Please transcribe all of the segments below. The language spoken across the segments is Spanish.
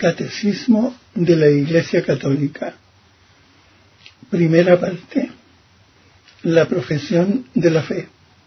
Catecismo de la Iglesia Católica. Primera parte. La profesión de la fe.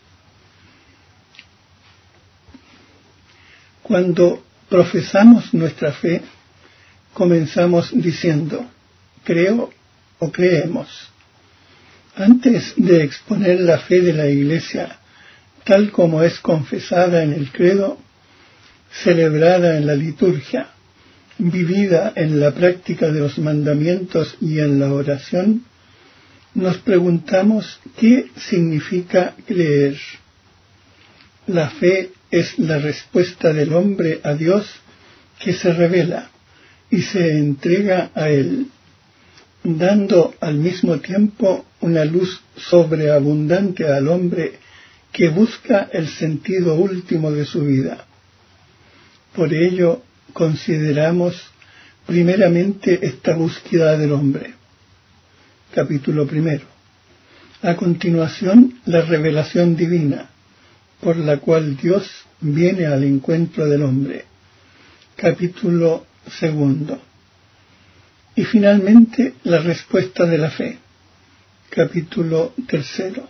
Cuando profesamos nuestra fe, comenzamos diciendo, creo o creemos. Antes de exponer la fe de la Iglesia, tal como es confesada en el credo, celebrada en la liturgia, vivida en la práctica de los mandamientos y en la oración, nos preguntamos qué significa creer. La fe es la respuesta del hombre a Dios que se revela y se entrega a Él, dando al mismo tiempo una luz sobreabundante al hombre que busca el sentido último de su vida. Por ello, consideramos primeramente esta búsqueda del hombre. Capítulo 1. A continuación, la revelación divina, por la cual Dios viene al encuentro del hombre. Capítulo 2. Y finalmente, la respuesta de la fe. Capítulo 3.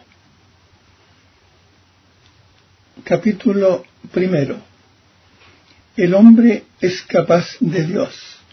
Capítulo 1. El hombre es capaz de Dios.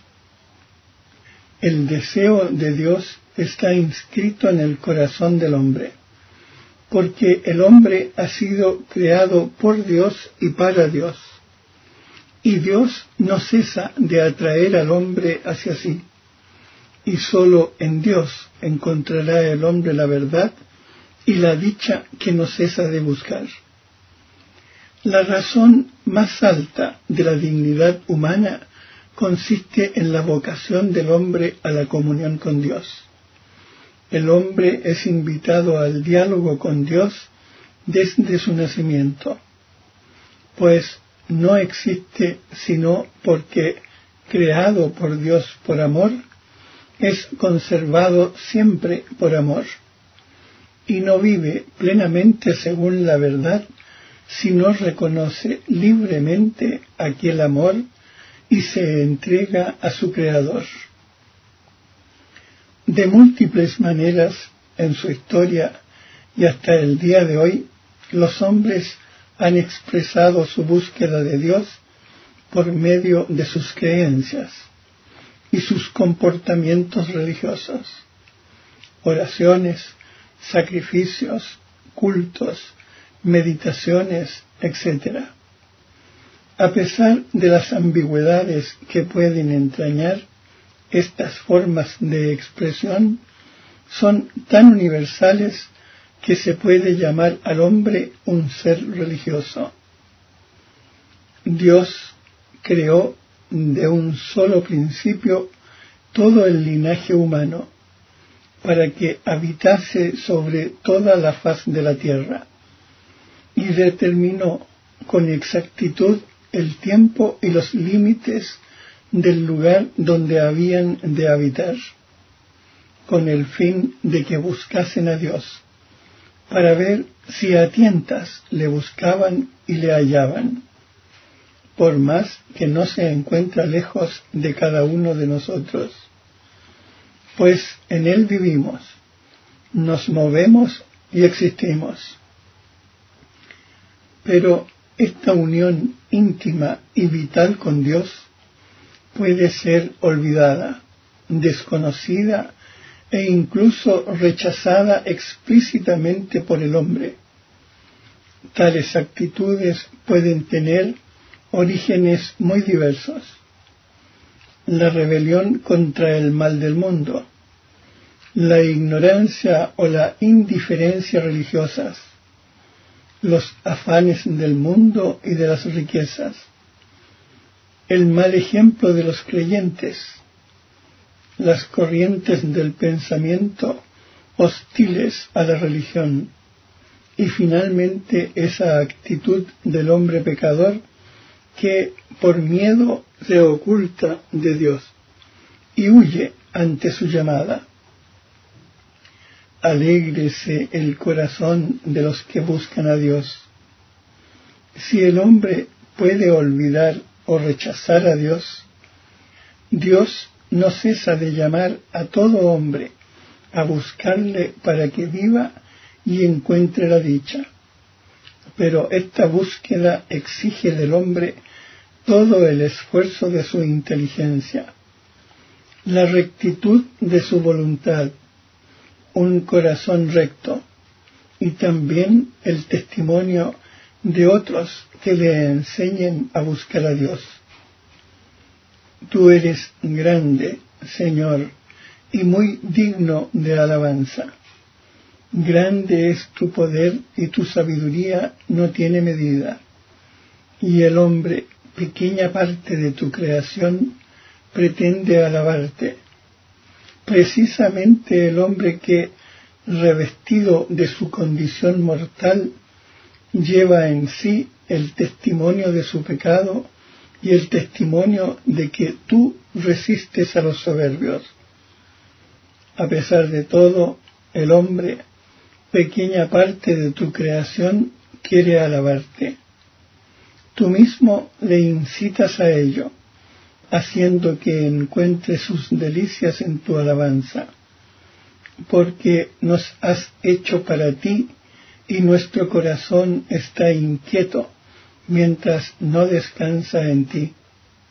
El deseo de Dios está inscrito en el corazón del hombre, porque el hombre ha sido creado por Dios y para Dios, y Dios no cesa de atraer al hombre hacia sí, y sólo en Dios encontrará el hombre la verdad y la dicha que no cesa de buscar. La razón más alta de la dignidad humana consiste en la vocación del hombre a la comunión con Dios. El hombre es invitado al diálogo con Dios desde su nacimiento, pues no existe sino porque, creado por Dios por amor, es conservado siempre por amor, y no vive plenamente según la verdad si no reconoce libremente aquel amor y se entrega a su Creador. De múltiples maneras en su historia y hasta el día de hoy, los hombres han expresado su búsqueda de Dios por medio de sus creencias y sus comportamientos religiosos, oraciones, sacrificios, cultos, meditaciones, etc. A pesar de las ambigüedades que pueden entrañar, estas formas de expresión son tan universales que se puede llamar al hombre un ser religioso. Dios creó de un solo principio todo el linaje humano para que habitase sobre toda la faz de la tierra, y determinó con exactitud el tiempo y los límites del lugar donde habían de habitar, con el fin de que buscasen a Dios, para ver si a tientas le buscaban y le hallaban, por más que no se encuentra lejos de cada uno de nosotros, pues en Él vivimos, nos movemos y existimos. Pero esta unión íntima y vital con Dios puede ser olvidada, desconocida e incluso rechazada explícitamente por el hombre. Tales actitudes pueden tener orígenes muy diversos: la rebelión contra el mal del mundo, la ignorancia o la indiferencia religiosas, los afanes del mundo y de las riquezas, el mal ejemplo de los creyentes, las corrientes del pensamiento hostiles a la religión, y finalmente esa actitud del hombre pecador que por miedo se oculta de Dios y huye ante su llamada. Alégrese el corazón de los que buscan a Dios. Si el hombre puede olvidar o rechazar a Dios, Dios no cesa de llamar a todo hombre a buscarle para que viva y encuentre la dicha. Pero esta búsqueda exige del hombre todo el esfuerzo de su inteligencia, la rectitud de su voluntad, un corazón recto y también el testimonio de otros que le enseñen a buscar a Dios. Tú eres grande, Señor, y muy digno de alabanza. Grande es tu poder y tu sabiduría no tiene medida. Y el hombre, pequeña parte de tu creación, pretende alabarte. Precisamente el hombre que, revestido de su condición mortal, lleva en sí el testimonio de su pecado y el testimonio de que tú resistes a los soberbios. A pesar de todo, el hombre, pequeña parte de tu creación, quiere alabarte. Tú mismo le incitas a ello, haciendo que encuentre sus delicias en tu alabanza, porque nos has hecho para ti y nuestro corazón está inquieto mientras no descansa en ti.